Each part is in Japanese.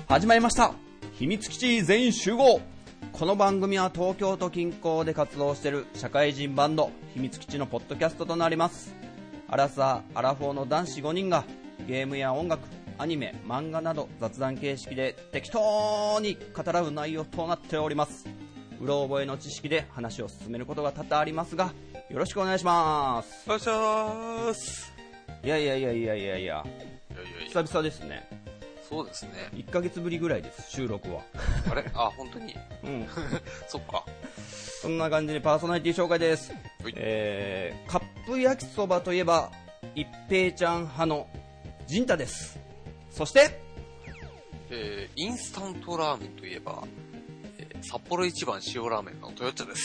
始まりました秘密基地全員集合。この番組は東京都近郊で活動している社会人バンド秘密基地のポッドキャストとなります。アラサーアラフォーの男子5人がゲームや音楽、アニメ、漫画など雑談形式で適当に語らう内容となっております。うろ覚えの知識で話を進めることが多々ありますが、よろしくお願いします。 お願いします。 いや久々ですね。 そうですね。 1ヶ月ぶりぐらいです、収録は。 あれ？あ、本当に。そっか。 そんな感じでパーソナリティ紹介です。カップ焼きそばといえば一平ちゃん派の陣太です。そして、 インスタントラーメンといえば、札幌一番塩ラーメンのトヨッチャです。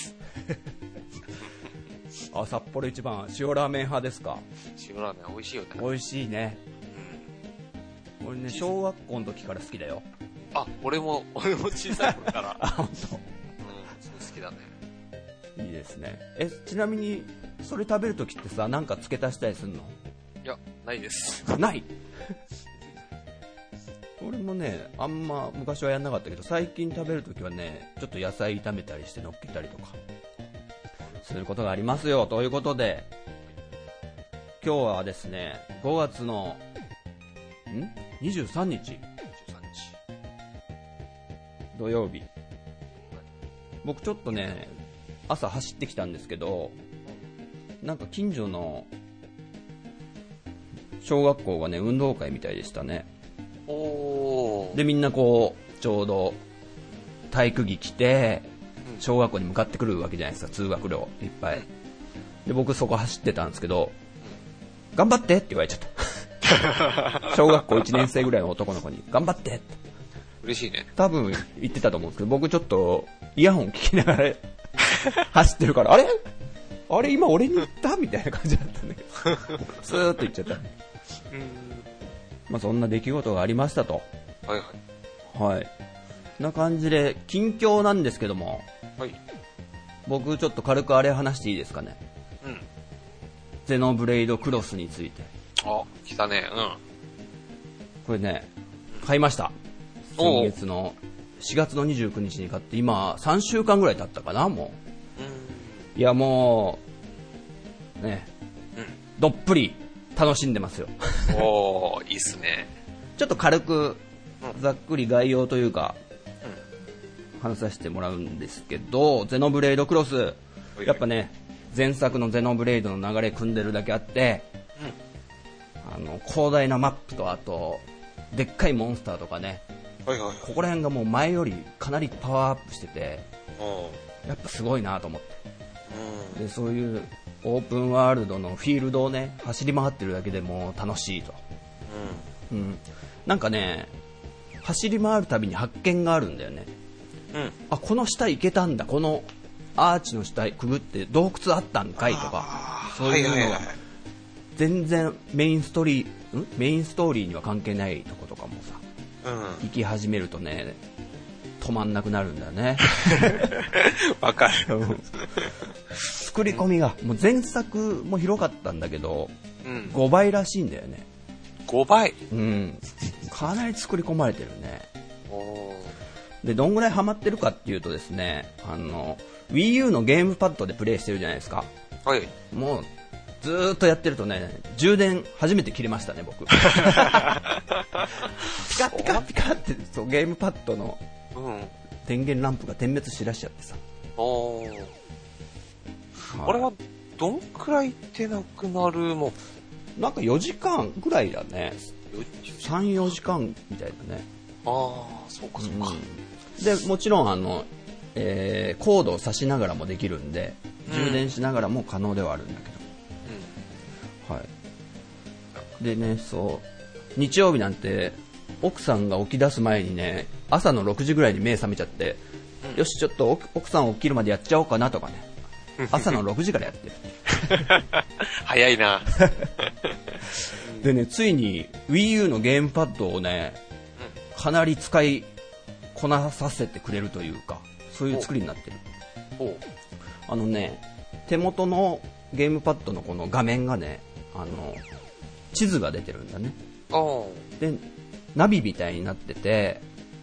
あ、札幌一番塩ラーメン派ですか。 塩ラーメン美味しいよね。 美味しいね。俺ね、小学校の時から好きだよ。 あ、俺も小さい頃から。 あ、本当。 そう好きだね。 いいですね。ちなみにそれ食べる時ってさ、なんか付け足したりするの？ いや、ないです。 ない俺もね、あんま昔はやんなかったけど、最近食べる時はね、ちょっと野菜炒めたりして乗っけたりとかすることがありますよ。ということで、今日はですね、5月の23日土曜日。僕ちょっとね、朝走ってきたんですけど、なんか近所の小学校がね、運動会みたいでしたね。で、みんなこうちょうど体育着着て小学校に向かってくるわけじゃないですか。通学路いっぱいで、僕そこ走ってたんですけど、頑張ってって言われちゃった小学校1年生ぐらいの男の子に頑張ってって。 嬉しいね。 多分言ってたと思うんですけど、僕ちょっとイヤホン聞きながら走ってるから、あれ今俺に言ったみたいな感じだったんだけどスーッと言っちゃったね。まあ、そんな出来事がありましたと。はい。な感じで近況なんですけども、はい、僕ちょっと軽くあれ話していいですかね。ゼノブレイドクロスについて。 あ、来たね。 これね、買いました。先月の4月の29日に買って、今3週間ぐらい経ったかな。もう、いやもうね、どっぷり楽しんでますよおー、いいっすね。 ちょっと軽くざっくり概要というか、話させてもらうんですけど、ゼノブレイドクロス、やっぱね、前作のゼノブレイドの流れ組んでるだけあって、広大なマップと、あとでっかいモンスターとかね、ここら辺がもう前よりかなりパワーアップしてて、やっぱすごいなと思って、でそういうオープンワールドのフィールドをね、走り回ってるだけでも楽しいと、なんかね、走り回るたびに発見があるんだよね。あ、この下行けたんだ、このアーチの下くぐって洞窟あったんかいとか、そういうのが全然メインストーリーには関係ないとことかもさ、行き始めるとね、止まんなくなるんだよねわかる作り込みがもう前作も広かったんだけど、5倍らしいんだよね。 5倍？ かなり作り込まれてるね。で、どんぐらいハマってるかっていうとですね、Wii U のゲームパッドでプレイしてるじゃないですか。もうずーっとやってるとね、充電初めて切れましたね、僕ピカピカピカって、そう、ゲームパッドの電源ランプが点滅しだしちゃってさ。 あれはどんくらい出なくなるもん？ なんか4時間ぐらいだね。3、4時間みたいだね。 そうかそうか。 で、もちろんコードを挿しながらもできるんで、充電しながらも可能ではあるんだけど、はい。でね、そう日曜日なんて奥さんが起き出す前にね、朝の6時ぐらいに目覚めちゃって、よしちょっと奥さん起きるまでやっちゃおうかなとかね、朝の6時からやってる早いなでね、ついに Wii U のゲームパッドをね、かなり使いこなさせてくれるというか、そういう作りになってる。手元のゲームパッドのこの画面がね、地図が出てるんだね。でナビみたいになってて、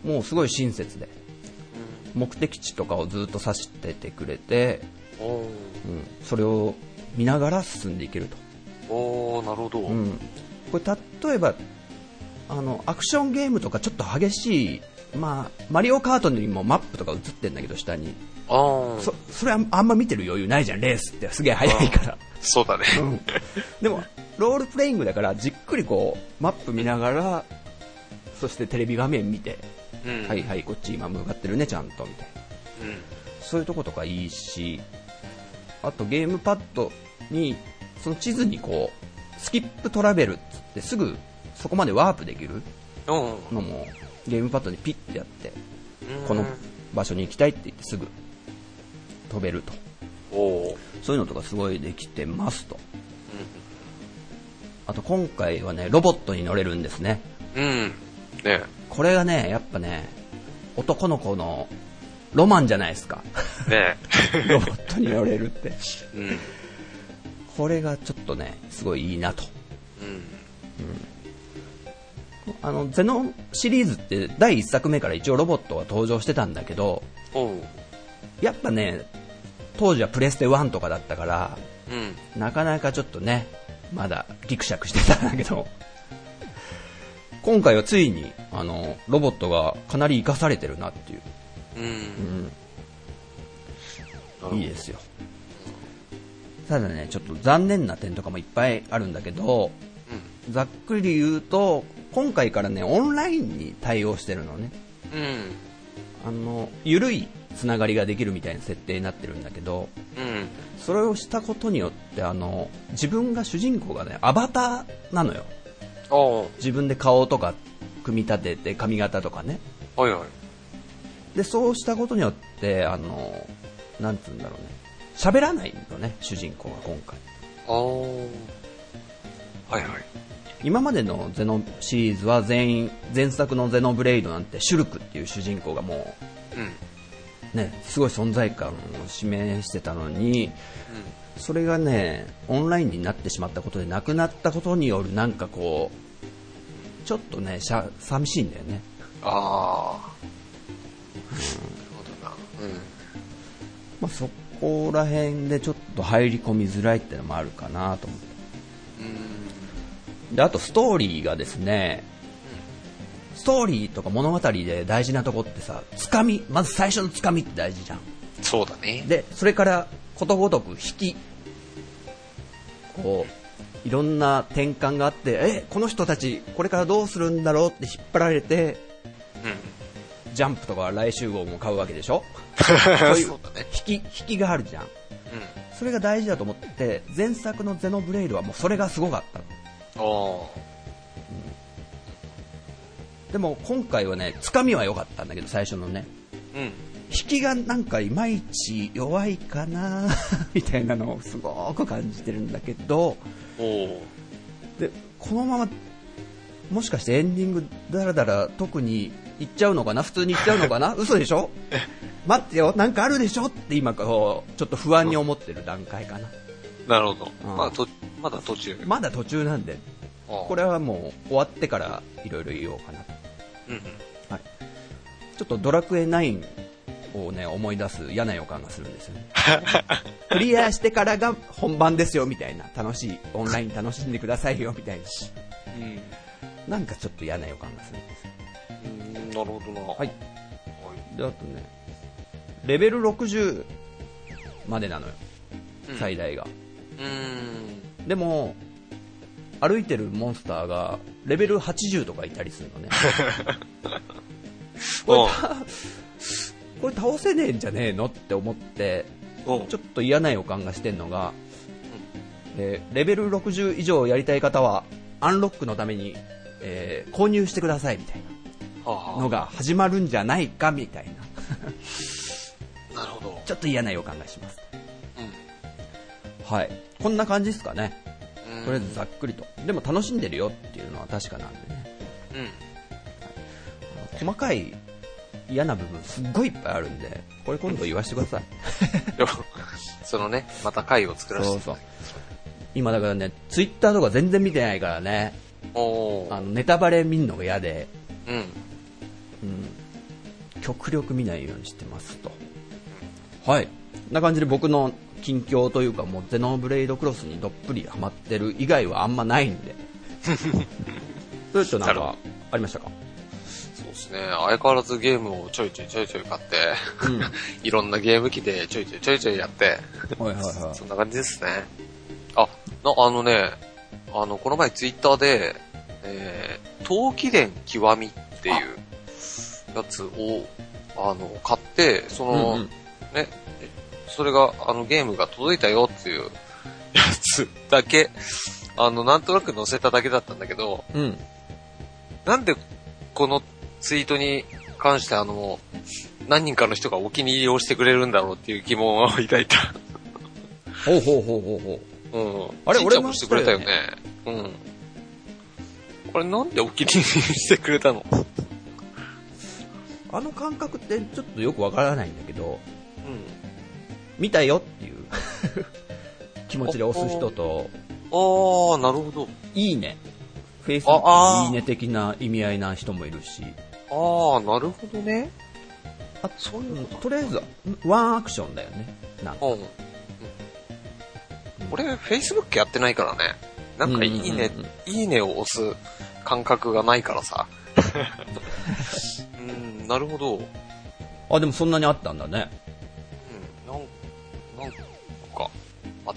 もうすごい親切で、目的地とかをずっと指しててくれて、それを見ながら進んでいけると。 なるほど。 これ例えばアクションゲームとかちょっと激しい、マリオカートにもマップとか映ってんだけど下に、それはあんま見てる余裕ないじゃん。レースってすげえ速いから。 そうだね、 でもロールプレイングだからじっくりこうマップ見ながら、そしてテレビ画面見て、はいはいこっち今向かってるねちゃんとみたいな、そういうとことかいいし、あとゲームパッドにその地図にこうスキップトラベルっつってすぐそこまでワープできるのもゲームパッドにピッてやって、この場所に行きたいって言ってすぐ飛べると。そういうのとかすごいできてますと。あと今回はねロボットに乗れるんですね。これがねやっぱね男の子のロマンじゃないですか。ロボットに乗れるって、これがちょっとねすごいいいなと。ゼノシリーズって第1作目から一応ロボットは登場してたんだけど、やっぱね当時はプレステ1とかだったから、なかなかちょっとねまだギクシャクしてたんだけど、今回はついにロボットがかなり活かされてるなっていう、いいですよ。ただねちょっと残念な点とかもいっぱいあるんだけど、ざっくり言うと今回からねオンラインに対応してるのね。緩いつながりができるみたいな設定になってるんだけど、それをしたことによって自分が主人公がねアバターなのよ。自分で顔とか組み立てて髪型とかね、でそうしたことによってなんつうんだろうね、喋らないのね主人公が今回。今までのゼノシリーズは全員前作のゼノブレイドなんてシュルクっていう主人公がもう、すごい存在感を示してたのに、それがねオンラインになってしまったことでなくなったことによるなんかこうちょっとね寂しいんだよね。そこら辺でちょっと入り込みづらいってのもあるかなと思って。であとストーリーがですね、ストーリーとか物語で大事なとこってさ、つかみ、まず最初のつかみって大事じゃん。 そうだね。 でそれからことごとく引き、こういろんな転換があって、この人たちこれからどうするんだろうって引っ張られて、ジャンプとか来週号も買うわけでしょ。そういう引きがあるじゃん、それが大事だと思って、前作のゼノブレイドはもうそれがすごかったの。でも今回はねつかみは良かったんだけど、最初のね、引きがなんかいまいち弱いかなみたいなのをすごく感じてるんだけど、でこのままもしかしてエンディングだらだら特にいっちゃうのかな、普通にいっちゃうのかな嘘でしょ待ってよなんかあるでしょって今こうちょっと不安に思ってる段階かな。 なるほど、まだ途中なんで、これはもう終わってからいろいろ言おうかなと、ちょっとドラクエ9をね思い出す嫌な予感がするんですよね。クリアしてからが本番ですよみたいな、楽しいオンライン楽しんでくださいよみたいな、なんかちょっと嫌な予感がするんですよ。 なるほどな。 であとねレベル60までなのよ、最大が。でも歩いてるモンスターがレベル80とかいたりするのね。これ倒せねえんじゃねえのって思って、ちょっと嫌な予感がしてんのが、レベル60以上やりたい方はアンロックのために、購入してくださいみたいなのが始まるんじゃないかみたいな。 なるほど。 ちょっと嫌な予感がします。こんな感じですかね。とりあえずざっくりと。でも楽しんでるよっていうのは確かなんでね。細かい嫌な部分すっごいいっぱいあるんで、これ今度言わせてください。 そのね、また回を作らせて。 そう今だからね、ツイッターとか全然見てないからね。ネタバレ見んのが嫌で。 極力見ないようにしてますと。はい。こんな感じで僕の近況というか、もうゼノブレイドクロスにどっぷりハマってる以外はあんまないんで。それとなんかありましたか？ そうですね。相変わらずゲームをちょいちょい買って、いろんなゲーム機でちょいちょいやって、はいはいはい。そんな感じですね。この前ツイッターで、陶器伝極みっていうやつを、買って、ね、それが、ゲームが届いたよっていうやつだけ、なんとなく載せただけだったんだけど、なんでこのツイートに関して何人かの人がお気に入りをしてくれるんだろうっていう疑問を抱いた。 ほう。 あれ、俺もしてくれたよね。これなんでお気に入りしてくれたの？ あの感覚ってちょっとよくわからないんだけど、見たよっていう気持ちで押す人と、 なるほど。 いいね。フェイスブックいいね的な意味合いな人もいるし。 なるほどね。 そういうとりあえずワンアクションだよね。なんか。 俺フェイスブックやってないからね。なんかいいねを押す感覚がないからさ。なるほど。 でもそんなにあったんだね。 なんかあって。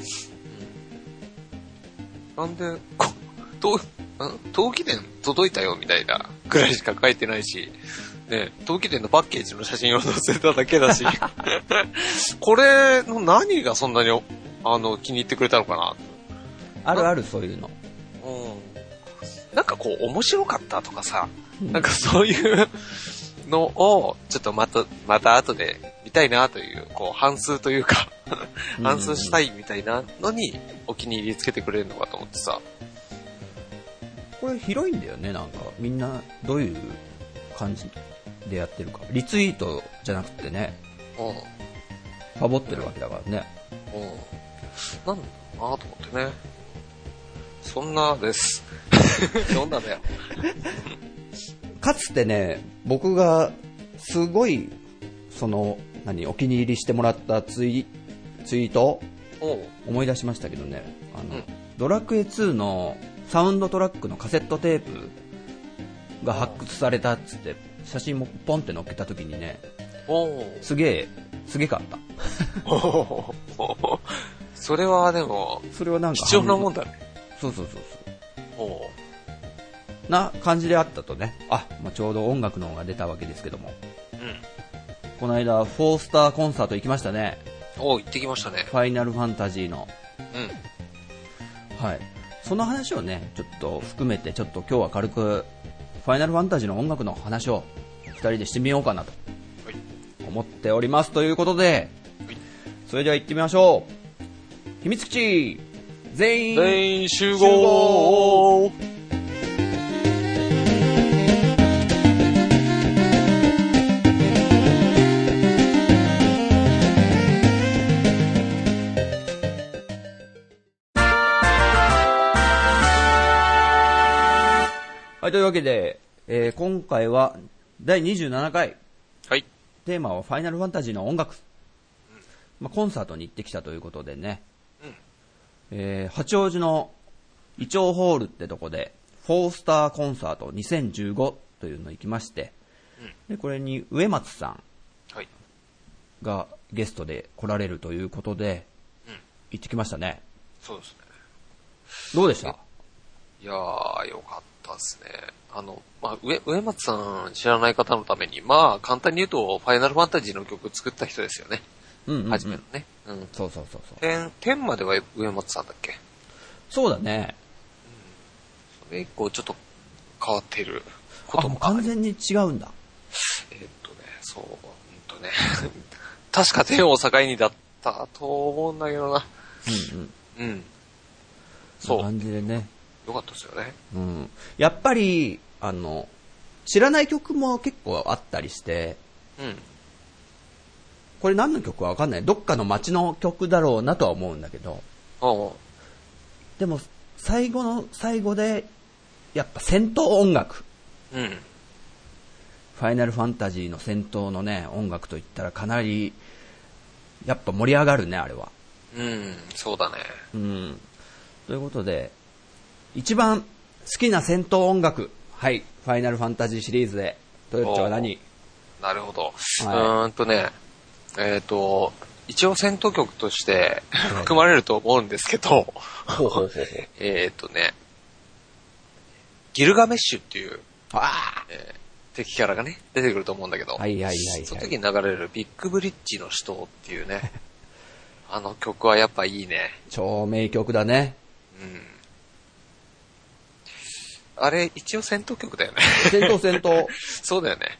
なんで陶器店届いたよみたいなくらいしか書いてないし、ね、陶器店のパッケージの写真を載せただけだし、これの何がそんなに気に入ってくれたのかな。 あるそういうの。 なんかこう面白かったとかさ、なんかそういうのをちょっとまた後で見たいなというこう反数というか反数したいみたいなのにお気に入りつけてくれるのかと思ってさ。 これ広いんだよね。なんかみんなどういう感じでやってるか、リツイートじゃなくてね、ファボってるわけだからね。 なんだろうなと思ってね。そんなです。そんなだよ。 かつてね、僕がすごいお気に入りしてもらったツイートを思い出しましたけどね。ドラクエ2のサウンドトラックのカセットテープが発掘されたっつって写真もポンって載っけた時にね、すげえかった。 それはでもなんか貴重なもんだね。 そうな感じであったとね。ちょうど音楽の方が出たわけですけども、この間4スターコンサート行きましたね。 行ってきましたね。 ファイナルファンタジーの。はい。その話をね、ちょっと含めて、ちょっと今日は軽くファイナルファンタジーの音楽の話を2人でしてみようかなと思っております。ということで、それでは行ってみましょう。秘密基地全員集合。 はい、というわけで、今回は第27回、テーマはファイナルファンタジーの音楽、コンサートに行ってきたということでね、八王子のイチョウホールってとこで4スターコンサート2015というの行きまして、でこれに植松さんがゲストで来られるということで、行ってきましたね。 そうですね。 どうでした？ いやー、よかったですね。植松さん知らない方のために、簡単に言うと、ファイナルファンタジーの曲作った人ですよね。初めのね。 そう。 10までは植松さんだっけ？ そうだね。 それ以降ちょっと変わっていることも完全に違うんだ。 確か10を境にだったと思うんだけどな。 そう。感じでね。 よかったですよね。 やっぱり知らない曲も結構あったりして、これ何の曲か分かんない。どっかの街の曲だろうなとは思うんだけど、でも最後の最後でやっぱ戦闘音楽ファイナルファンタジーの戦闘のね、音楽といったらかなり、やっぱ盛り上がるね、あれは。 そうだね。 ということで、一番好きな戦闘音楽、はい、ファイナルファンタジーシリーズで、トヨッチョは何？ なるほど。一応戦闘曲として含まれると思うんですけど、ギルガメッシュっていう、敵キャラがね、出てくると思うんだけど、その時に流れるビッグブリッジの死闘っていうね、あの曲はやっぱいいね。 超名曲だね。 あれ、一応戦闘曲だよね。 戦闘。 そうだよね。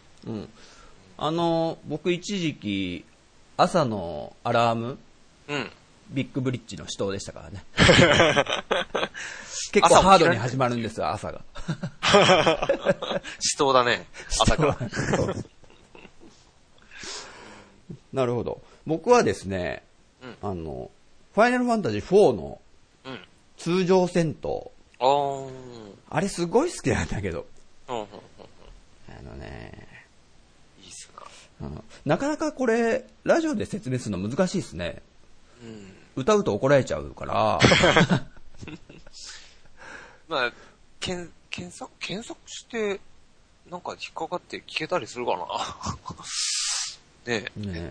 僕一時期、朝のアラーム、ビッグブリッジの死闘でしたからね。結構ハードに始まるんですよ、朝が。 死闘だね、朝から。 なるほど。僕はですね、ファイナルファンタジー4の通常戦闘、あれすごい好きなんだけど、 いいっすな。なかなかこれラジオで説明するの難しいですね。歌うと怒られちゃうから。 まあ検索してなんか引っかかって聞けたりするかな。ねえ。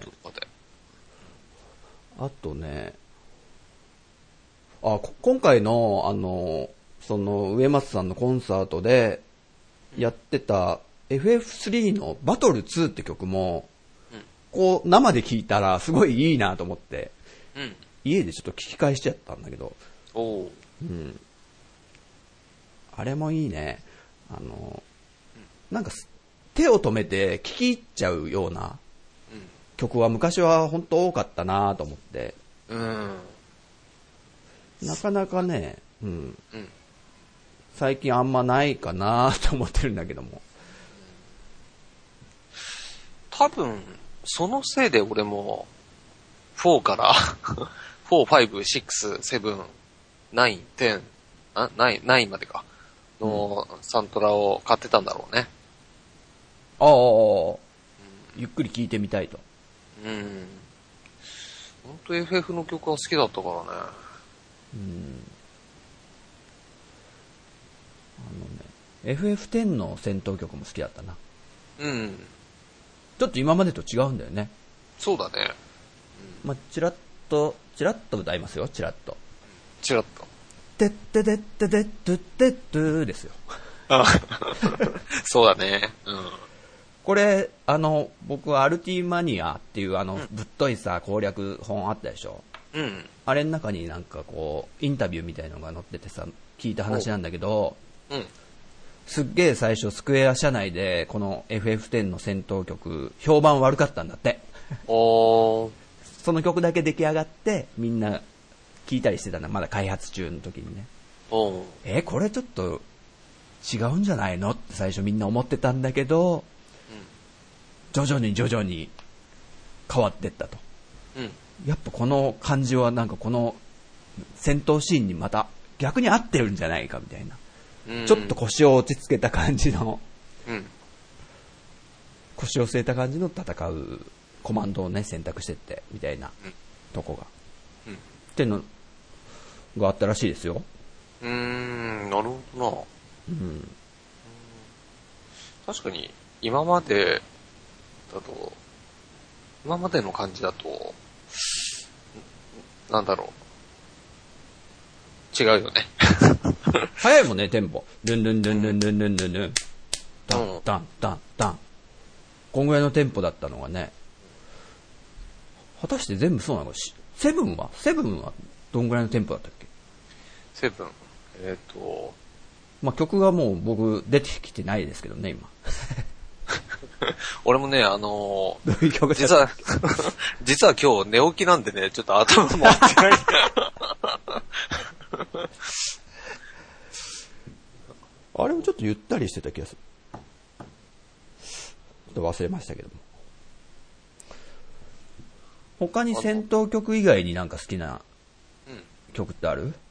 あとね、今回のその植松さんのコンサートでやってた FF3 のバトル2って曲も、こう生で聴いたらすごいいいなと思って、家でちょっと聞き返しちゃったんだけど、あれもいいね。なんか手を止めて聴き入っちゃうような曲は昔は本当多かったなと思って、なかなかね、最近あんまないかなと思ってるんだけども、 多分そのせいで俺も4から4、5、6、7、9、10、9までかのサントラを買ってたんだろうね。 ゆっくり聴いてみたいと。 本当 FF の曲は好きだったからね。 FF10 の戦闘曲も好きだったな。ちょっと今までと違うんだよね。 そうだね。 チラッと歌いますよ、チラッと。てっててっててってってってですよ。 そうだね。 これ、僕はアルティマニアっていうぶっといさ、攻略本あったでしょ。あれの中になんかこう、インタビューみたいのが載っててさ、聞いた話なんだけど、すっげえ最初スクエア社内でこの FF10 の戦闘曲評判悪かったんだって。その曲だけ出来上がってみんな聞いたりしてたんだ、まだ開発中の時にね。これちょっと違うんじゃないのって最初みんな思ってたんだけど、徐々に変わってったと。やっぱこの感じはなんかこの戦闘シーンにまた逆に合ってるんじゃないかみたいな。ちょっと腰を落ち着けた感じの、腰を据えた感じの戦うコマンドをね選択してってみたいなとこが、っていうのがあったらしいですよ。 なるほどな。確かに今までの感じだとなんだろう、違うよね。 早いもんね、テンポ。ルンルンルンルンルンルンルンルン。ダンダンダンダン。こんぐらいのテンポだったのがね。果たして全部そうなの？セブンはどんぐらいのテンポだったっけ？ セブン。 曲がもう僕出てきてないですけどね、今。 俺もね、 どういう曲実は今日寝起きなんでね、ちょっと頭回ってない。 あれもちょっとゆったりしてた気がする。ちょっと忘れましたけども。他に戦闘曲以外になんか好きな曲ってある？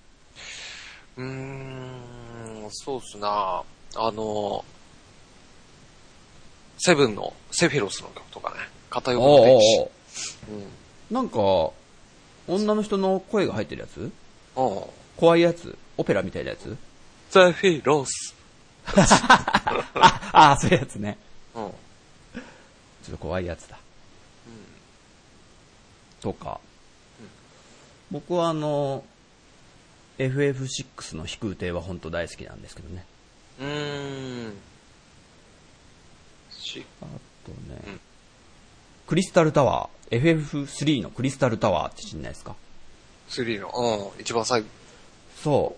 そうっすな。 セブンのセフィロスの曲とかね、片寄もできし。 なんか、女の人の声が入ってるやつ？怖いやつ？オペラみたいなやつ？ セフィロス。 そういうやつね。ちょっと怖いやつだ。とか。僕はFF6 の飛空艇は本当大好きなんですけどね。あとね、クリスタルタワー、FF3 のクリスタルタワーって知んないですか？ 3 の、一番最後。 そう。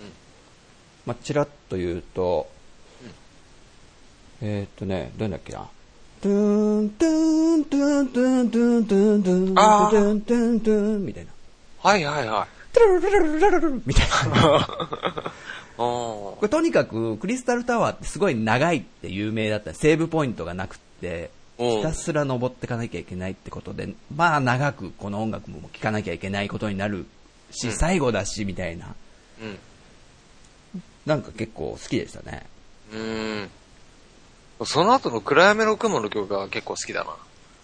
まあ、ちらっと言うと、どうだっけな。トゥーントゥーントゥーントゥーントゥーントゥーントゥーントゥーントゥーントゥーントゥーンみたいな。 はいはいはい。 トゥルルルルルルルみたいな。これとにかくクリスタルタワーってすごい長いって有名だった。セーブポイントがなくってひたすら登っていかなきゃいけないってことで、まあ長くこの音楽も聴かなきゃいけないことになるし、最後だしみたいな、なんか結構好きでしたね。 その後の暗闇の雲の曲が結構好きだな。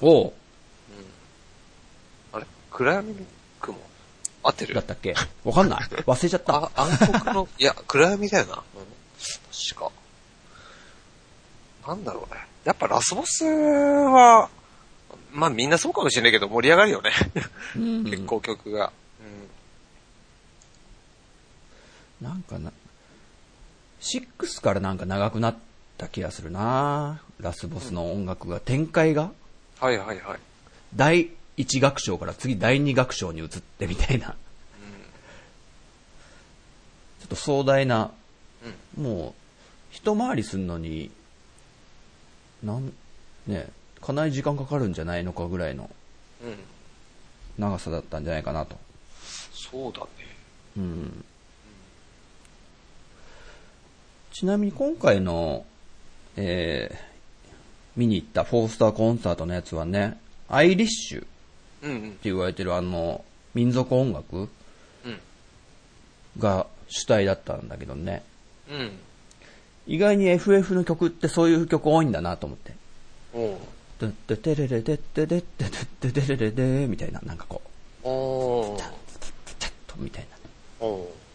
あれ暗闇の雲合ってるだったっけ？わかんない。忘れちゃった。 暗黒の、いや、暗闇だよな。確か。なんだろうね。やっぱラスボスは、まあみんなそうかもしれないけど盛り上がるよね。結構曲が。 なんかな、6からなんか長くなった気がするな。ラスボスの音楽が、展開が。 はいはいはい。 第1楽章から次第2楽章に移ってみたいな。ちょっと壮大な、もう、一回りするのに、かなり時間かかるんじゃないのかぐらいの長さだったんじゃないかなと。 そうだね。 ちなみに今回の、見に行った4スターコンサートのやつはね、アイリッシュって言われてる民族音楽が主体だったんだけどね、意外に FF の曲ってそういう曲多いんだなと思って。テテテレレテテテテテテテレレレみたいな、なんかこうチャッチャッとみたいな。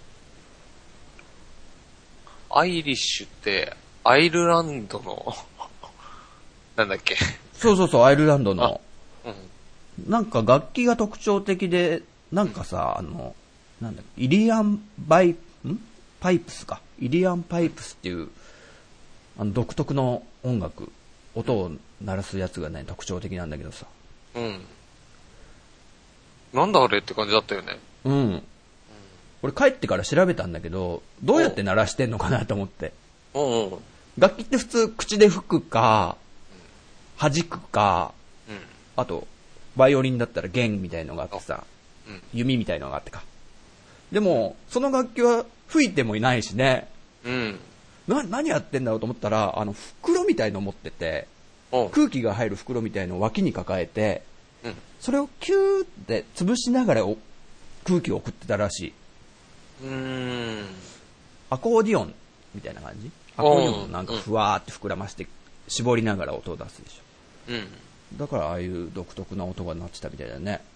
アイリッシュってアイルランドのなんだっけ。 そうアイルランドの、なんか楽器が特徴的で、なんかさ、なんだっけ、イリアンパイプスか。イリアンパイプスっていう独特の音楽、音を鳴らすやつがね、特徴的なんだけどさ。 なんだあれって感じだったよね。 俺帰ってから調べたんだけど、どうやって鳴らしてんのかなと思って。楽器って普通口で吹くか、弾くか、あとバイオリンだったら弦みたいのがあってさ、弓みたいのがあってか。でもその楽器は吹いてもいないしね。何やってんだろうと思ったら、袋みたいの持ってて、空気が入る袋みたいのを脇に抱えて、それをキューって潰しながら空気を送ってたらしい。アコーディオンみたいな感じ。アコーディオンをなんかふわーって膨らまして絞りながら音を出すでしょ。だからああいう独特な音が鳴ってたみたいだね。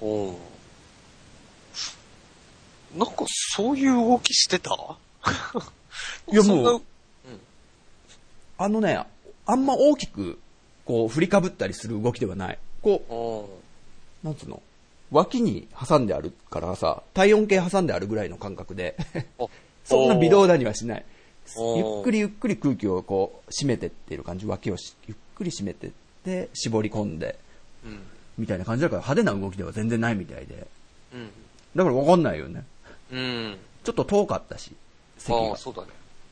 なんかそういう動きしてた？ いやもう、あんま大きくこう振りかぶったりする動きではない。こう、なんつうの、脇に挟んであるからさ、体温計挟んであるぐらいの感覚でそんな微動だにはしない。ゆっくりゆっくり空気をこう締めてっている感じ。脇をゆっくり締めてって絞り込んで、みたいな感じだから、派手な動きでは全然ないみたいで、だから分かんないよね。ちょっと遠かったし、席が。 そうだね。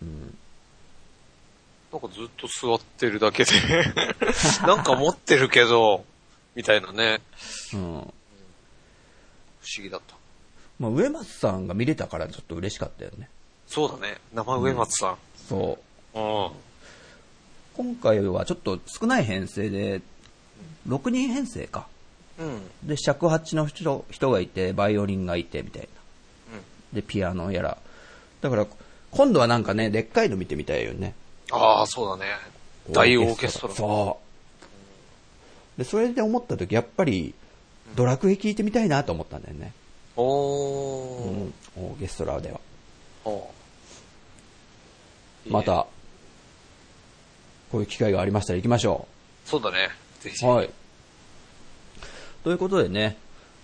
なんかずっと座ってるだけでなんか持ってるけどみたいなね。不思議だった。 まあ植松さんが見れたからちょっと嬉しかったよね。 そうだね。生植松さん。 そう。今回はちょっと少ない編成で、6人編成か。で尺八の人がいて、バイオリンがいてみたいな。でピアノやら。だから今度はなんかね、でっかいの見てみたいよね。 ああ、そうだね。 大オーケストラ。 そう。で、それで思った時、やっぱり、ドラクエ聴いてみたいなと思ったんだよね。オーケストラでは。また、こういう機会がありましたら行きましょう。そうだね。ぜひ。 はい。ということでね、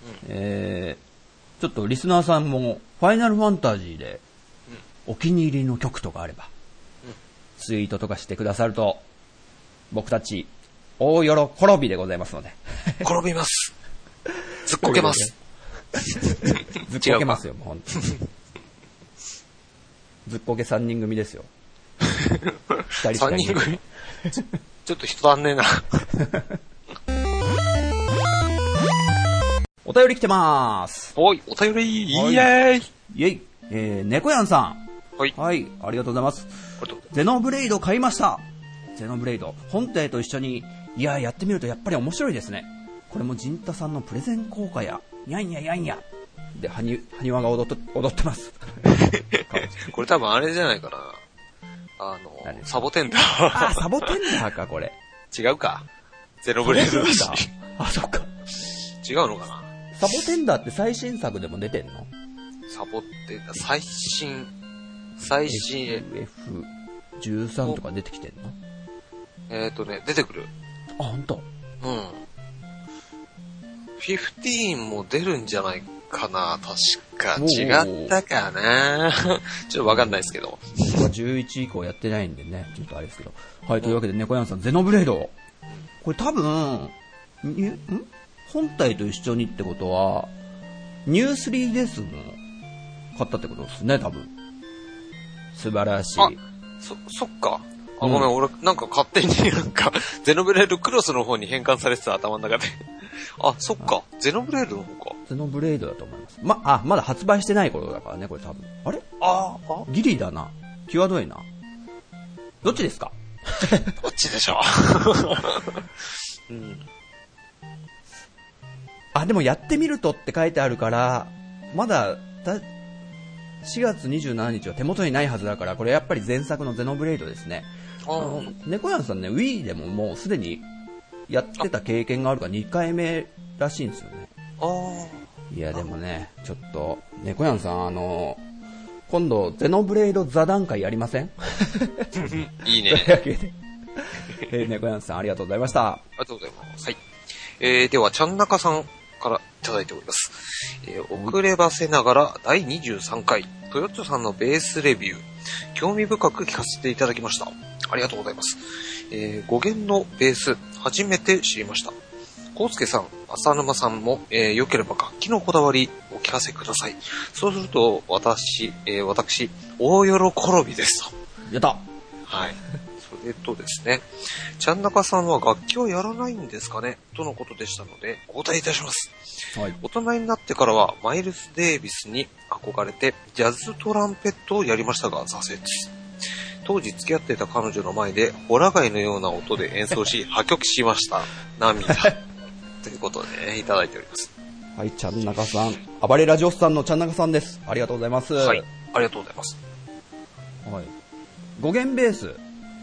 ちょっとリスナーさんも、ファイナルファンタジーで、お気に入りの曲とかあれば、ツイートとかしてくださると、僕たち、大喜びでございますので。 転びます。ずっこけます。 ずっこけますよ、もう本当に。ずっこけ3人組ですよ。 3人組ちょっと人足んねえな。 お便り来てまーす。 おい、お便り、イエーイイェイ。猫やんさん。 はい。 はい、ありがとうございます。ゼノブレイド買いました。ゼノブレイド。本体と一緒に、やってみるとやっぱり面白いですね。これもジンタさんのプレゼン効果や、やんや。で、はにわが踊ってます。 これ多分あれじゃないかな。サボテンダー。 あ、サボテンダーか、これ。 違うか。ゼノブレイドだし。 あ、そっか。 違うのかな。 サボテンダーって最新作でも出てんの？ サボテンダー、最新。 FF13 とか出てきてんの？ 出てくる。 あ、ほんと？ うん。15も出るんじゃないかな、確か。違ったかな。ちょっとわかんないですけど。 僕は11以降やってないんでね、ちょっとあれですけど。はい、というわけで猫やんさん、ゼノブレード。これ多分、本体と一緒にってことは、ニュー 3DS も買ったってことですね、多分。素晴らしい。 そっか。ごめん、俺、なんか勝手にゼノブレードクロスの方に変換されてた、頭の中で。あ、そっか。ゼノブレードの方か。 ゼノブレードだと思います。まだ発売してない頃だからね、これ多分。あれ？ギリだな。際どいな。どっちですか？ どっちでしょう。 でもやってみるとって書いてあるから、まだ、4月27日は手元にないはずだから、これやっぱり前作のゼノブレイドですね。猫やんさんね、Wii でももうすでにやってた経験があるから2回目らしいんですよね。いやでもね、ちょっと、猫やんさん、今度、ゼノブレイド座談会やりません？ いいね。 というわけで、猫やんさんありがとうございました。 ありがとうございます。はい。では、ちゃんなかさんからいただいております。遅ればせながら第23回、トヨッチョさんのベースレビュー、興味深く聞かせていただきました。ありがとうございます。5弦のベース、初めて知りました。コウスケさん、浅沼さんも、良ければ楽器のこだわりお聞かせください。そうすると、私、大喜びですと。 やった。 はい。それとですね、ちゃんなかさんは楽器をやらないんですかねとのことでしたので、お答えいたします。はい、大人になってからは、マイルス・デイビスに憧れて、ジャズトランペットをやりましたが、挫折。当時付き合っていた彼女の前で、ホラ貝のような音で演奏し、破局しました。涙。ということでね、いただいております。 はい、ちゃんなかさん。暴れラジオスさんのちゃんなかさんです。ありがとうございます。 はい、ありがとうございます。 はい。5弦ベース。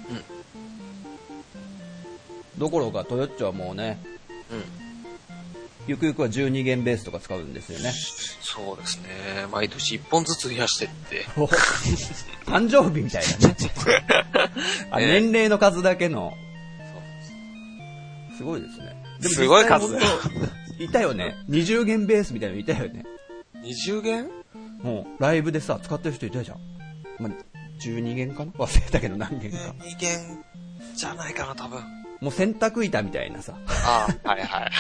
どころかトヨッチョはもうね、ゆくゆくは12弦ベースとか使うんですよね。 そうですね。毎年1本ずつ増やしてって。 誕生日みたいなね。年齢の数だけの。すごいですね。 でもすごい数だよ。 いたよね。20弦ベースみたいなのいたよね。 20弦？ もうライブでさ、使ってる人いたじゃん。12弦かな？忘れたけど何弦か。 2弦じゃないかな、多分。 もう洗濯板みたいなさ。 はいはい。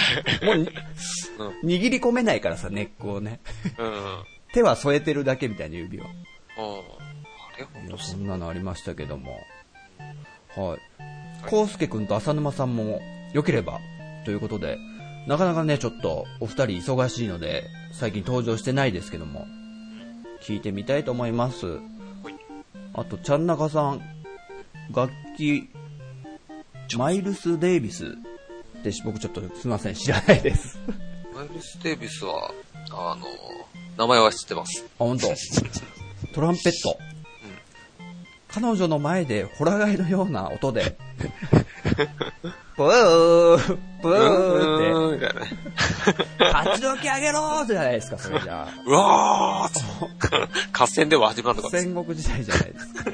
もう握り込めないからさ、根っこをね。手は添えてるだけみたいな指を。あれほんとそんなのありましたけども。はい。コウスケくんと浅沼さんも良ければということで、なかなかね、ちょっとお二人忙しいので、最近登場してないですけども、聞いてみたいと思います。あと、ちゃんなかさん、楽器、マイルス・デイビスって僕ちょっとすみません、知らないです。 マイルス・デイビスは、名前は知ってます。 本当。トランペット。 彼女の前でホラガイのような音で、ブーブーって、勝ち時上げろーじゃないですか、それじゃあ。 うわー合戦では始まるのか。 戦国時代じゃないですか。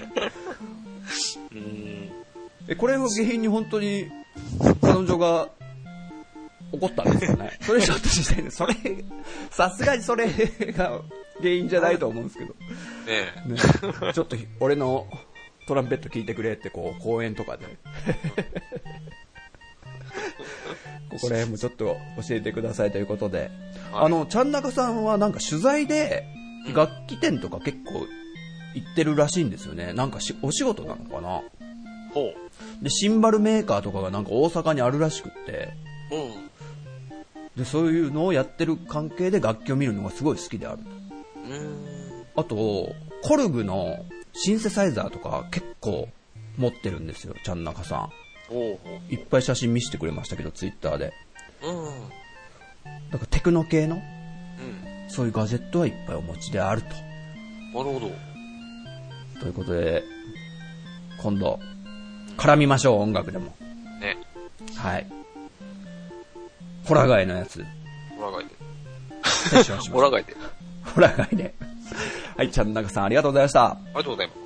これを原因に本当に彼女が怒ったんですよね。それちょっとしたいんで、それ、さすがにそれが原因じゃないと思うんですけど。ね、ちょっと俺のトランペット聴いてくれってこう公園とかでここら辺もちょっと教えてくださいということで、はい、ちゃんなかさんはなんか取材で楽器店とか結構行ってるらしいんですよね。なんかお仕事なのかな。 ほうでシンバルメーカーとかがなんか大阪にあるらしくって、でそういうのをやってる関係で楽器を見るのがすごい好きである。あとコルグのシンセサイザーとか結構持ってるんですよ、ちゃんなかさん。いっぱい写真見せてくれましたけど、ツイッターで。なんかテクノ系の、そういうガジェットはいっぱいお持ちであると。なるほど。 ということで、今度絡みましょう、音楽でも。 ね。 はい。ホラガイのやつ。 ホラガイで。 ホラガイで。ホラガイで。はい、ちゃんなかさんありがとうございました。 ありがとうございます。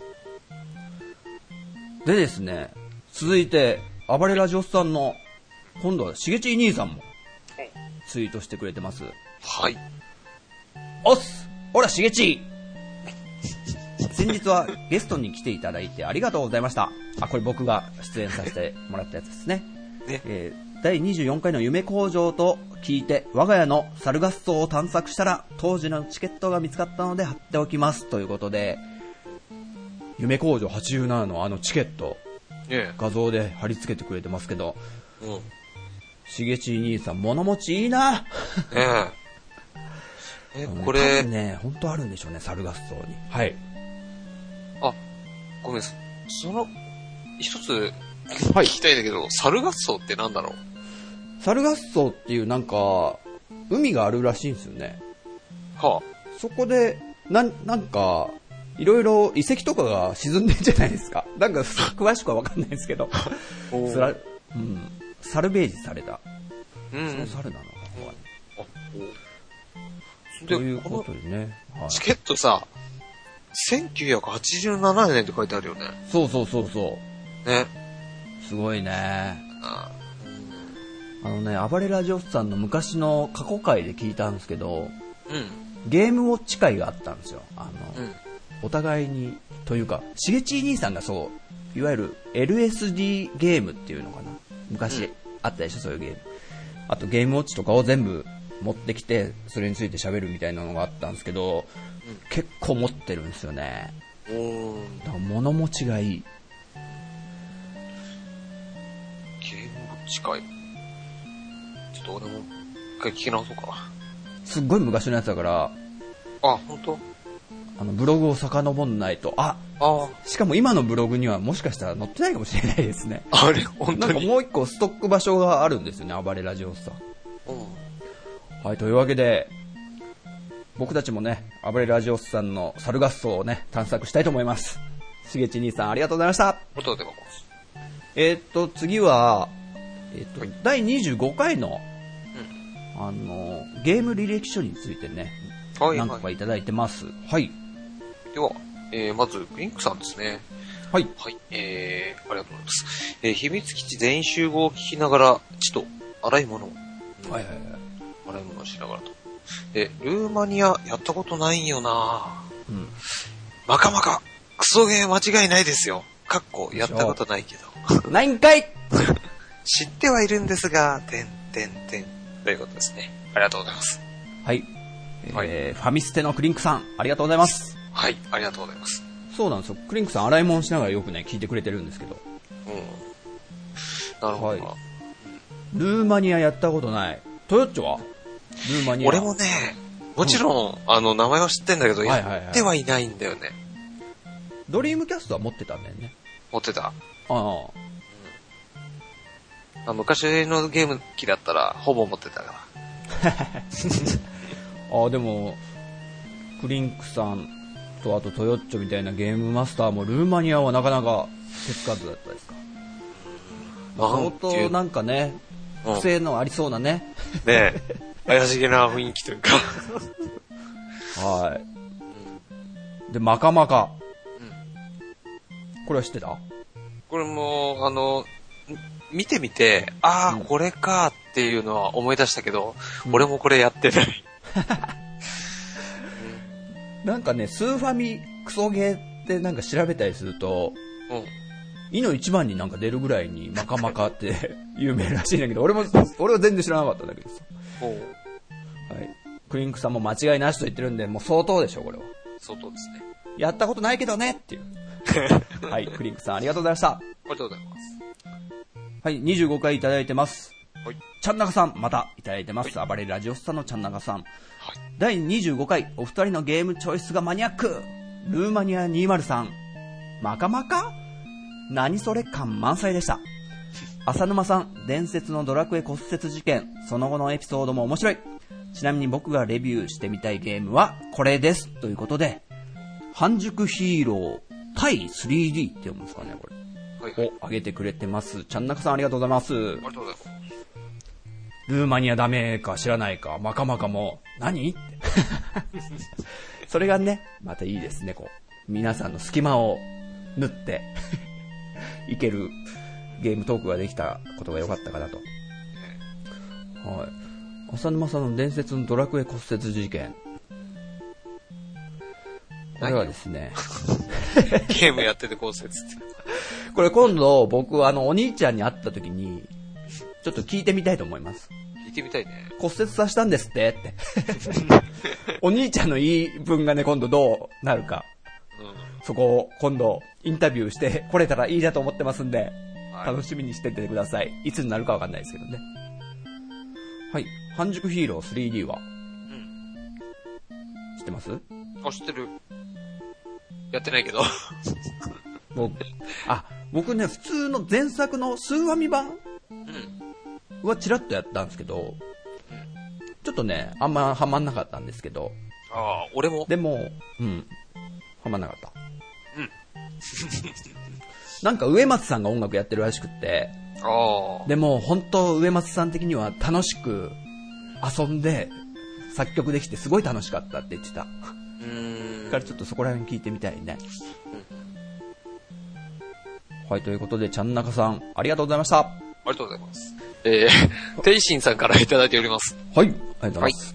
でですね、続いて、暴れラジオスさんの、今度はしげちい兄さんも、ツイートしてくれてます。 はい。 おっす、ほらしげちい。先日はゲストに来ていただいてありがとうございました。あ、これ僕が出演させてもらったやつですね。第24回の夢工場と聞いて我が家の猿合奏を探索したら当時のチケットが見つかったので貼っておきますということで、夢工場87のチケット、画像で貼り付けてくれてますけど、しげち兄さん物持ちいいな。 これね、本当あるんでしょうね、猿合奏に。はい。 あ、ごめん、その一つ聞きたいんだけど、猿合奏ってなんだろう。 猿合奏っていうなんか海があるらしいんですよね。 はあ。そこでなんかいろいろ遺跡とかが沈んでるんじゃないですか。なんか詳しくは分かんないですけど、サルベージされた、その猿なのかな。ということでね、 はい、チケットさ、1987年って書いてあるよね。 そうね、すごいね。暴れラジオスさんの昔の過去回で聞いたんですけど、ゲームウォッチ会があったんですよ。お互いにというか、しげち兄さんがそういわゆる LSD ゲームっていうのかな、昔あったでしょ、そういうゲーム。あとゲームウォッチとかを全部持ってきてそれについて喋るみたいなのがあったんですけど、結構持ってるんですよね。だから物持ちがいい。 ゲームウォッチ会、ちょっと俺も一回聞き直そうかな。 すっごい昔のやつだから。 あ、本当？ ブログを遡んないと。しかも今のブログにはもしかしたら載ってないかもしれないですね。 あれ、本当に。 なんかもう一個ストック場所があるんですよね、暴れラジオさん。はい、というわけで僕たちもね、暴れラジオスさんの猿合奏をね探索したいと思います。しげち兄さんありがとうございました。次は第25回の、ゲーム履歴書についてね、何個かいただいてます。はい。 では、まずブリンクさんですね。 はい。 はい。ありがとうございます。秘密基地全員集合を聞きながら血と洗い物を。洗い物をしながらと。ルーマニアやったことないんよな。まかまかクソゲー間違いないですよ。かっこやったことないけど。 ないんかい。 知ってはいるんですが、ということですね。ありがとうございます。 はい。ファミステのクリンクさん、ありがとうございます。 はい、ありがとうございます。 そうなんですよ。クリンクさん、洗い物しながらよくね、聞いてくれてるんですけど。 なるほどな。 ルーマニアやったことない。トヨッチョはルーマニア。 俺もね、もちろん、名前は知ってんだけど、やってはいないんだよね。 ドリームキャストは持ってたんだよね。 持ってた。昔のゲーム機だったらほぼ持ってたから。 でもクリンクさんと、あとトヨッチョみたいなゲームマスターもルーマニアはなかなか手つかずだったですか。相当なんかね、癖のありそうなね。 ねえ、怪しげな雰囲気というか。 はい。で、マカマカ。これは知ってた？ これも、見てみて、これかっていうのは思い出したけど、俺もこれやってない。 なんかね、スーファミクソゲーってなんか調べたりすると、いの一番になんか出るぐらいにマカマカって有名らしいんだけど、俺は全然知らなかったんだけどさ。はい。クリンクさんも間違いなしと言ってるんで、もう相当でしょ、これは。 相当ですね。 やったことないけどねっていう。はい、クリンクさんありがとうございました。ありがとうございます。 はい、25回いただいてます。 はい。 ちゃんなかさん、またいただいてます。暴れラジオスタのちゃんなかさん。はい。第25回、お二人のゲームチョイスがマニアック。ルーマニア203。マカマカ？何それ感満載でした。浅沼さん、伝説のドラクエ骨折事件、その後のエピソードも面白い。ちなみに僕がレビューしてみたいゲームはこれです。ということで、半熟ヒーロー対 3D って読むんですかね、これ。を上げてくれてます。ちゃんなかさんありがとうございます。ありがとうございます。ルーマニアダメか知らないか、マカマカも何ってそれがね、またいいですね。こう皆さんの隙間を縫っていけるゲームトークができたことが良かったかなと。はい。浅沼さんの伝説のドラクエ骨折事件。これはですねゲームやってて骨折ってこれ今度僕お兄ちゃんに会った時にちょっと聞いてみたいと思います。 聞いてみたいね。 骨折させたんですってお兄ちゃんの言い分がね、今度どうなるか、そこを今度インタビューして来れたらいいなと思ってますんで、楽しみにしててください。いつになるかわかんないですけどね。はい。半熟ヒーロー 3D は、知ってます？ 知ってる。やってないけど僕ね、普通の前作のスーファミ版はチラッとやったんですけど、ちょっとね、あんまハマんなかったんですけど。 俺も。 でも、ハマんなかった。なんか植松さんが音楽やってるらしくって、でも本当植松さん的には楽しく遊んで作曲できてすごい楽しかったって言ってた。だからちょっとそこら辺聞いてみたいね。はい、ということでちゃんなかさんありがとうございました。 ありがとうございます。ていしんさんからいただいております。 はい、ありがとうございます。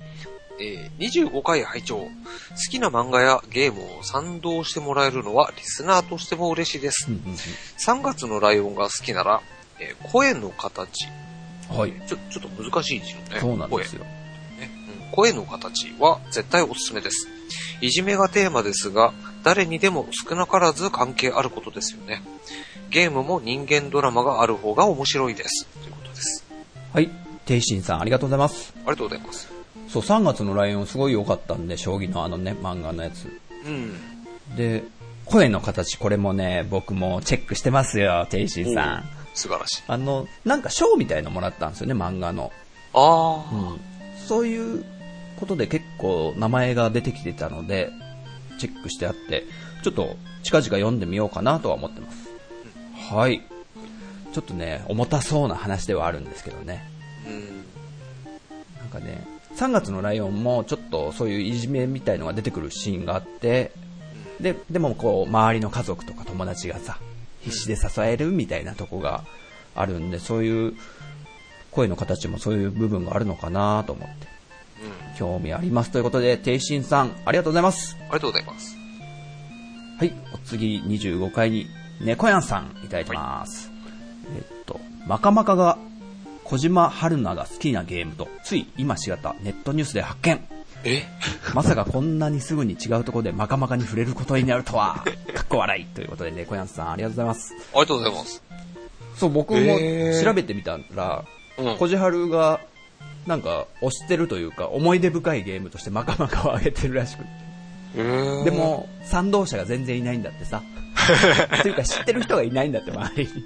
25回拝聴。好きな漫画やゲームを賛同してもらえるのはリスナーとしても嬉しいです。3月のライオンが好きなら、声の形。 はい。 ちょっと難しい字よね。 そうなんですよ。 声の形は絶対おすすめです。いじめがテーマですが、誰にでも少なからず関係あることですよね。ゲームも人間ドラマがある方が面白いです。ということです。 はい。ていしんさんありがとうございます。 ありがとうございます。 そう、3月のライオンすごい良かったんで、将棋の漫画のやつ。で、声の形、これもね、僕もチェックしてますよ、ていしんさん。 素晴らしい。 なんか賞みたいのもらったんですよね、漫画の。そういうことで結構名前が出てきてたので、チェックしてあって、ちょっと近々読んでみようかなとは思ってます。はい。ちょっとね、重たそうな話ではあるんですけどね。なんかね、3月のライオンもちょっとそういういじめみたいのが出てくるシーンがあって、でもこう周りの家族とか友達がさ、必死で支えるみたいなとこがあるんで、そういう声の形もそういう部分があるのかなと思って、興味ありますということで、ていしんさんありがとうございます。 ありがとうございます。 はい、お次25回に猫やんさんいただいてます。マカマカが小島春菜が好きなゲームとつい今しがたネットニュースで発見。まさかこんなにすぐに違うところでマカマカに触れることになるとはかっこ笑いということで、猫やんさんありがとうございます。 ありがとうございます。 そう、僕も調べてみたら、小島春がなんか推してるというか思い出深いゲームとしてマカマカを上げてるらしくて、でも賛同者が全然いないんだってさというか知ってる人がいないんだって周りに。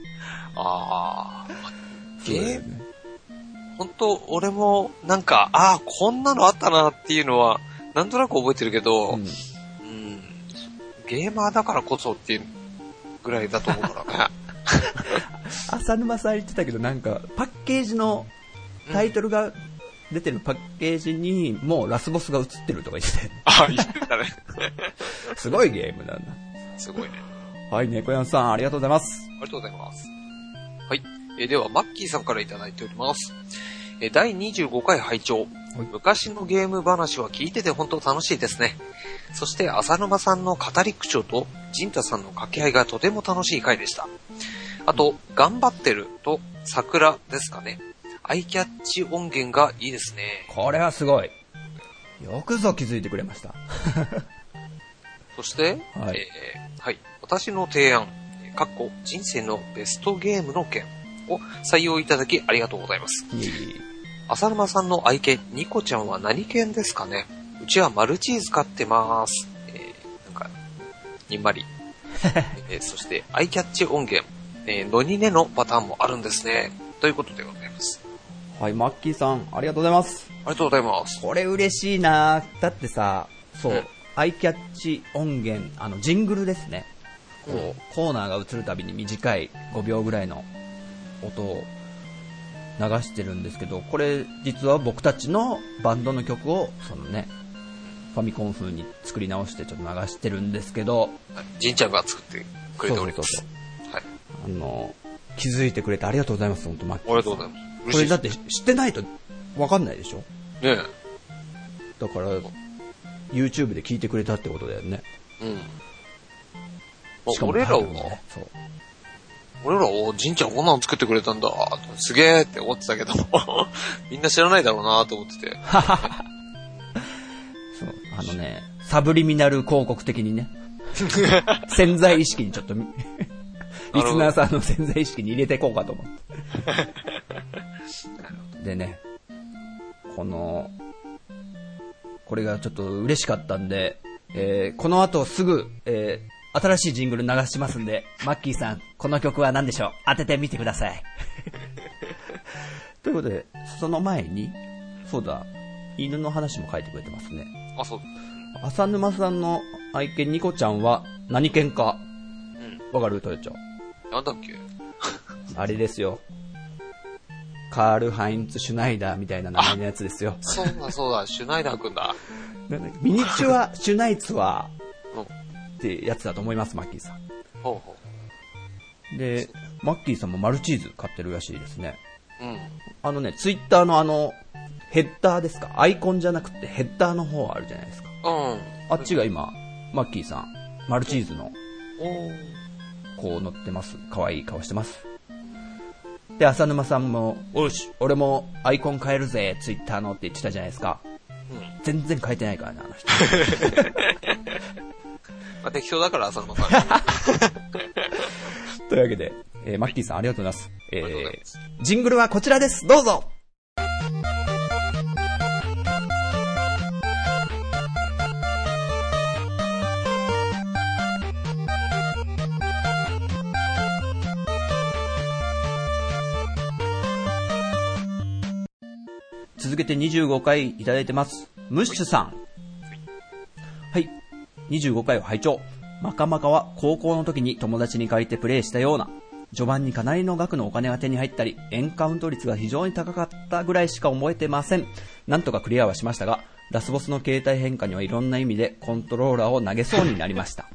ゲーム本当俺もなんかこんなのあったなっていうのはなんとなく覚えてるけど、 ゲーマーだからこそっていうぐらいだと思うからね。 浅沼さん言ってたけど、なんかパッケージのタイトルが出てるパッケージにもうラスボスが映ってるとか言ってあ、言ってたね。 すごいゲームなんだ。 すごいね。 はい、猫やんさんありがとうございます。 ありがとうございます。はい。ではマッキーさんからいただいております。第25回拝聴。昔のゲーム話は聞いてて本当楽しいですね。そして浅沼さんの語り口調と陣太さんの掛け合いがとても楽しい回でした。あと、頑張ってると桜ですかね。アイキャッチ音源がいいですね。 これはすごい。よくぞ気づいてくれました。 そして、はい、はい。私の提案、人生のベストゲームの件を採用いただきありがとうございます。浅沼さんの愛犬、ニコちゃんは何犬ですかね。うちはマルチーズ飼ってます。なんか、にんまり。そして、アイキャッチ音源、ノニネのパターンもあるんですね。ということでございます。 はい、マッキーさん、ありがとうございます。 ありがとうございます。 これ嬉しいな。だってさ、そう、アイキャッチ音源、ジングルですね。こう、コーナーが映るたびに短い5秒ぐらいの音を流してるんですけど、これ実は僕たちのバンドの曲をそのね、ファミコン風に作り直してちょっと流してるんですけど、 じんちゃんが作ってくれております。 はい、気づいてくれてありがとうございます。本当マッキーさん。 ありがとうございます。 これだって知ってないと分かんないでしょ。ねえ。 だから YouTube で聞いてくれたってことだよね。 うん。 しかも俺らは、じんちゃんこんなの作ってくれたんだ、すげーって思ってたけど、みんな知らないだろうなと思ってて。 そう、サブリミナル広告的にね、潜在意識にちょっと、リスナーさんの潜在意識に入れていこうかと思って。でね、これがちょっと嬉しかったんで、この後すぐ、新しいジングル流しますんで、マッキーさん、この曲は何でしょう？当ててみてください。ということで、その前に、そうだ、犬の話も書いてくれてますね。 あ、そう。 浅沼さんの愛犬ニコちゃんは何犬かわかる？トヨちゃん。 なんだっけ？ あれですよ。カール・ハインツ・シュナイダーみたいな名前のやつですよ。 そうだ、シュナイダーくんだ。 ミニチュア・シュナイツは、ってやつだと思います、マッキーさん。 ほうほう。で、マッキーさんもマルチーズ買ってるらしいですね。 うん。 ツイッターのヘッダーですか？アイコンじゃなくてヘッダーの方あるじゃないですか。 うん。 あっちが今、マッキーさん、マルチーズの、こう乗ってます。可愛い顔してます。で、浅沼さんも、おし、俺もアイコン変えるぜ、ツイッターのって言ってたじゃないですか。うん、全然変えてないからね、あの人。 まあ、適当だから、浅沼さん。 というわけで、マッキーさんありがとうございます。ジングルはこちらです。どうぞ。続けて25回いただいてます。ムッシュさん。はい。25回を拝聴。マカマカは高校の時に友達に借りてプレイしたような、序盤にかなりの額のお金が手に入ったり、エンカウント率が非常に高かったぐらいしか思えてません。なんとかクリアはしましたが、ラスボスの形態変化にはいろんな意味でコントローラーを投げそうになりました。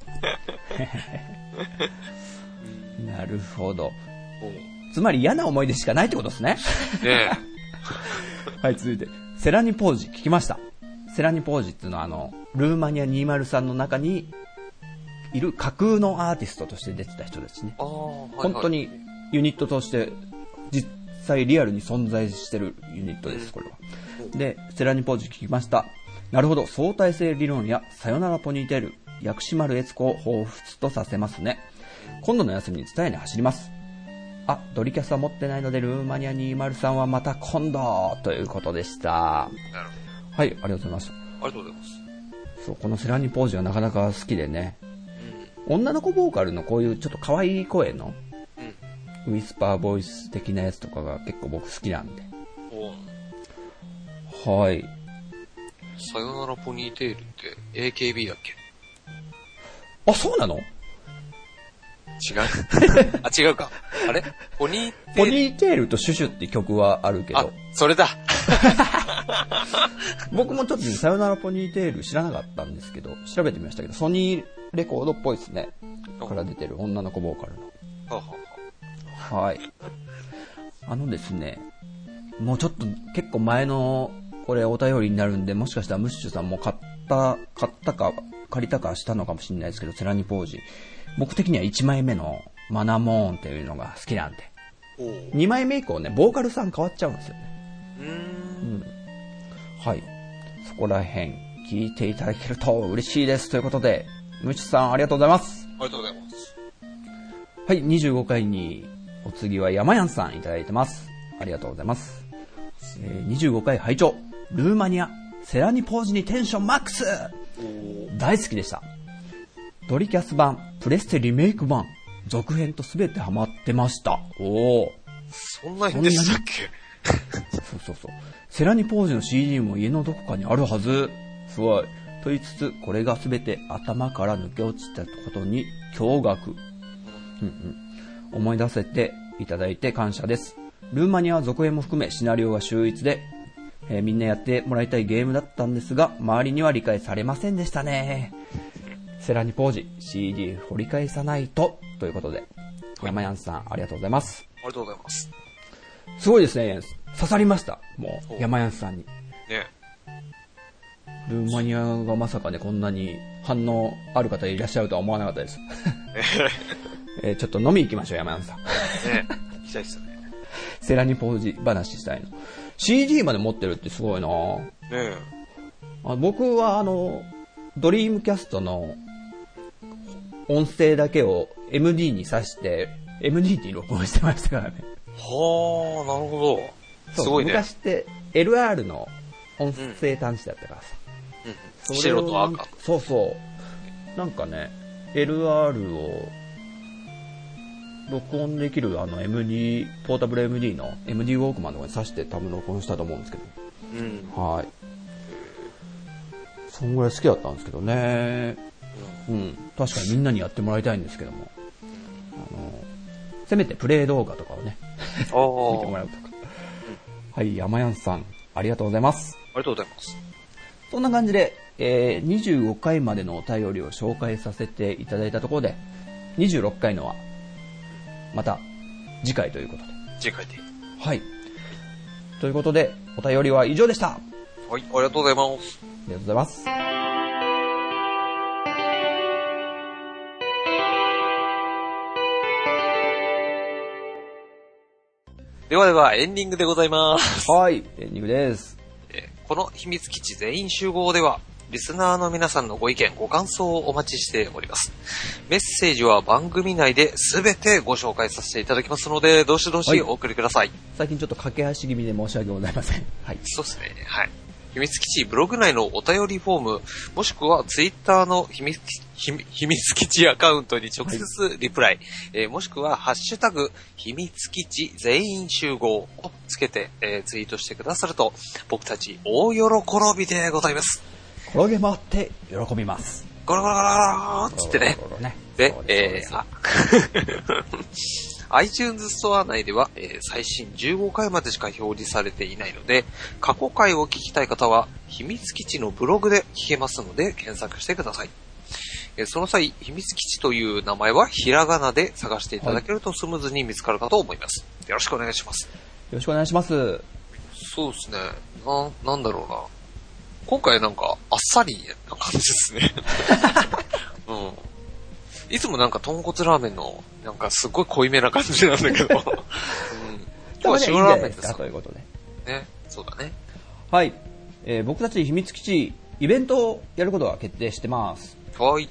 なるほど。つまり嫌な思い出しかないってことですね。 ねえ。 はい、続いて、セラニポージ聞きました。セラニポージっていうのはルーマニア203の中にいる架空のアーティストとして出てた人たちね。本当にユニットとして実際リアルに存在してるユニットです、これは。で、セラニポージ聞きました。なるほど、相対性理論やさよならポニーテール、薬師丸悦子を彷彿とさせますね。今度の休みに伝えに走ります。あ、ドリキャスは持ってないのでルーマニア203はまた今度ということでした。 なるほど。 はい、ありがとうございました。 ありがとうございます。 そう、このセラニポージがなかなか好きでね、女の子ボーカルのこういうちょっと可愛い声の、ウィスパーボイス的なやつとかが結構僕好きなんで。はい。 さよならポニーテールって AKB だっけ？ あ、そうなの？ 違うあ、違うか。あれポニーテールとシュシュって曲はあるけど。 あ、それだ。 僕もちょっとさよならポニーテール知らなかったんですけど、調べてみましたけど、ソニーレコードっぽいですね。から出てる女の子ボーカルの。はい。ですね、もうちょっと結構前のこれお便りになるんで、もしかしたらムッシュさんも買ったか借りたかしたのかもしれないですけど、セラニポージ。僕的には1枚目のマナモーンっていうのが好きなんで。2枚目以降ね、ボーカルさん変わっちゃうんですよね。はい。そこら辺聞いていただけると嬉しいです。ということで、ムッシュさんありがとうございます。 ありがとうございます。 はい、25回にお次は山やんさんいただいてます。ありがとうございます。25回拝聴。ルーマニア、セラニポージにテンションマックス。大好きでした。ドリキャス版、プレステリメイク版、続編とすべてハマってました。 そんなにでしたっけ？ そう。セラニポージの CD も家のどこかにあるはず。すごい。と言いつつ、これがすべて頭から抜け落ちたことに驚愕。思い出せていただいて感謝です。ルーマニアは続編も含めシナリオが秀逸で、みんなやってもらいたいゲームだったんですが、周りには理解されませんでしたね。セラニポージ CD 掘り返さないとということで、山やんさんありがとうございます。 ありがとうございます。 すごいですね。刺さりました。もう山やんさんに。 ね。 ルーマニアがまさかねこんなに反応ある方いらっしゃるとは思わなかったです。ちょっと飲み行きましょう山やんさん。 ね。行きたいですね。 セラニポージ話したいの。CD まで持ってるってすごいな。ねえ。 僕はドリームキャストの音声だけを MD に挿して MD に録音してましたからね。 はあ、なるほど。すごいね。 昔って LR の音声端子だったからさ。 白と赤。 そう。なんかね、LR を録音できるMD、ポータブル MD の MD ウォークマンとかに挿して多分録音したと思うんですけど。はい。そんぐらい好きだったんですけどね。確かにみんなにやってもらいたいんですけども。せめてプレイ動画とかをね、見てもらうとか。はい、山やんさん、ありがとうございます。 ありがとうございます。 そんな感じで、25回までのお便りを紹介させていただいたところで、26回のは、また次回ということで。 次回で。 はい。ということで、お便りは以上でした。 はい、ありがとうございます。 ありがとうございます。 ではエンディングでございます。 はい、エンディングです。 この秘密基地全員集合では、リスナーの皆さんのご意見、ご感想をお待ちしております。メッセージは番組内で全てご紹介させていただきますので、どしどしお送りください。 最近ちょっと駆け足気味で申し訳ございません。はい。 そうですね。はい。秘密基地ブログ内のお便りフォーム、もしくはツイッターの秘密基地アカウントに直接リプライ、もしくはハッシュタグ秘密基地全員集合をつけて、ツイートしてくださると僕たち大喜びでございます。 転げ回って喜びます。 ゴロゴロゴロゴローっつってね。で、iTunes ストア内では、最新15回までしか表示されていないので、過去回を聞きたい方は、秘密基地のブログで聞けますので、検索してください。その際、秘密基地という名前はひらがなで探していただけるとスムーズに見つかるかと思います。よろしくお願いします。 よろしくお願いします。 そうですね。なんだろうな。今回なんか、あっさりな感じですね。うん。いつもなんか豚骨ラーメンのなんかすごい濃いめな感じなんだけど、今日は塩ラーメンですということでね。そうだね。 はい、僕たち秘密基地イベントをやることが決定してます。 はい。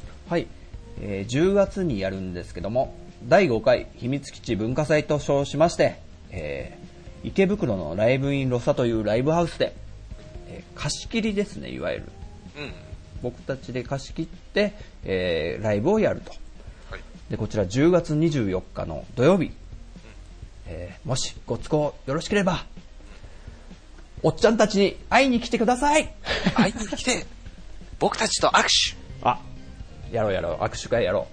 10月にやるんですけども、第5回秘密基地文化祭と称しまして、池袋のライブインロサというライブハウスで、貸し切りですね、いわゆる。僕たちで貸し切って、ライブをやると。でこちら10月24日の土曜日、もしご都合よろしければ、おっちゃんたちに会いに来てください。 会いに来て僕たちと握手。 やろう握手会やろ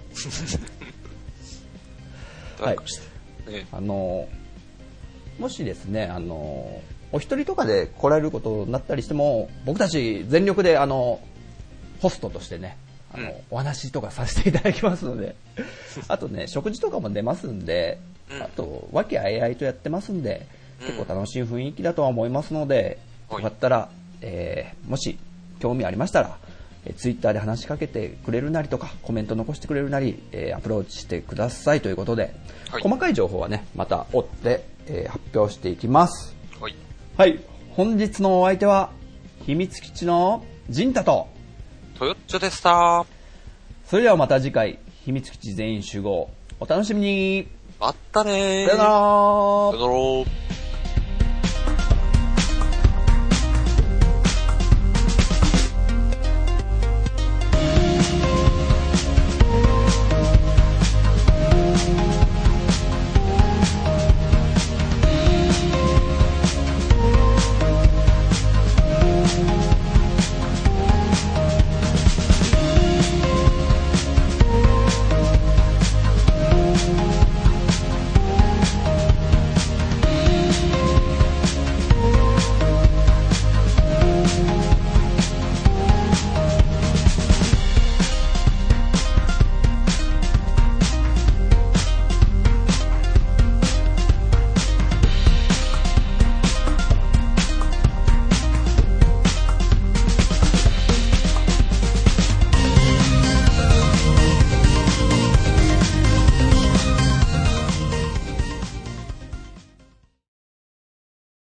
うはい、ね、もしですねお一人とかで来られることになったりしても僕たち全力でホストとしてねお話とかさせていただきますのであとね食事とかも出ますんで、あと和気あいあいとやってますんで、結構楽しい雰囲気だとは思いますので、よかったら、もし興味ありましたら、ツイッターで話しかけてくれるなりとかコメント残してくれるなり、アプローチしてくださいということで、はい、細かい情報はねまた追って、発表していきます。はい、はい、本日のお相手は秘密基地のジンタとトヨッチョでした。 それではまた次回秘密基地全員集合お楽しみに。 まったねー。 さよなら。 さよなら。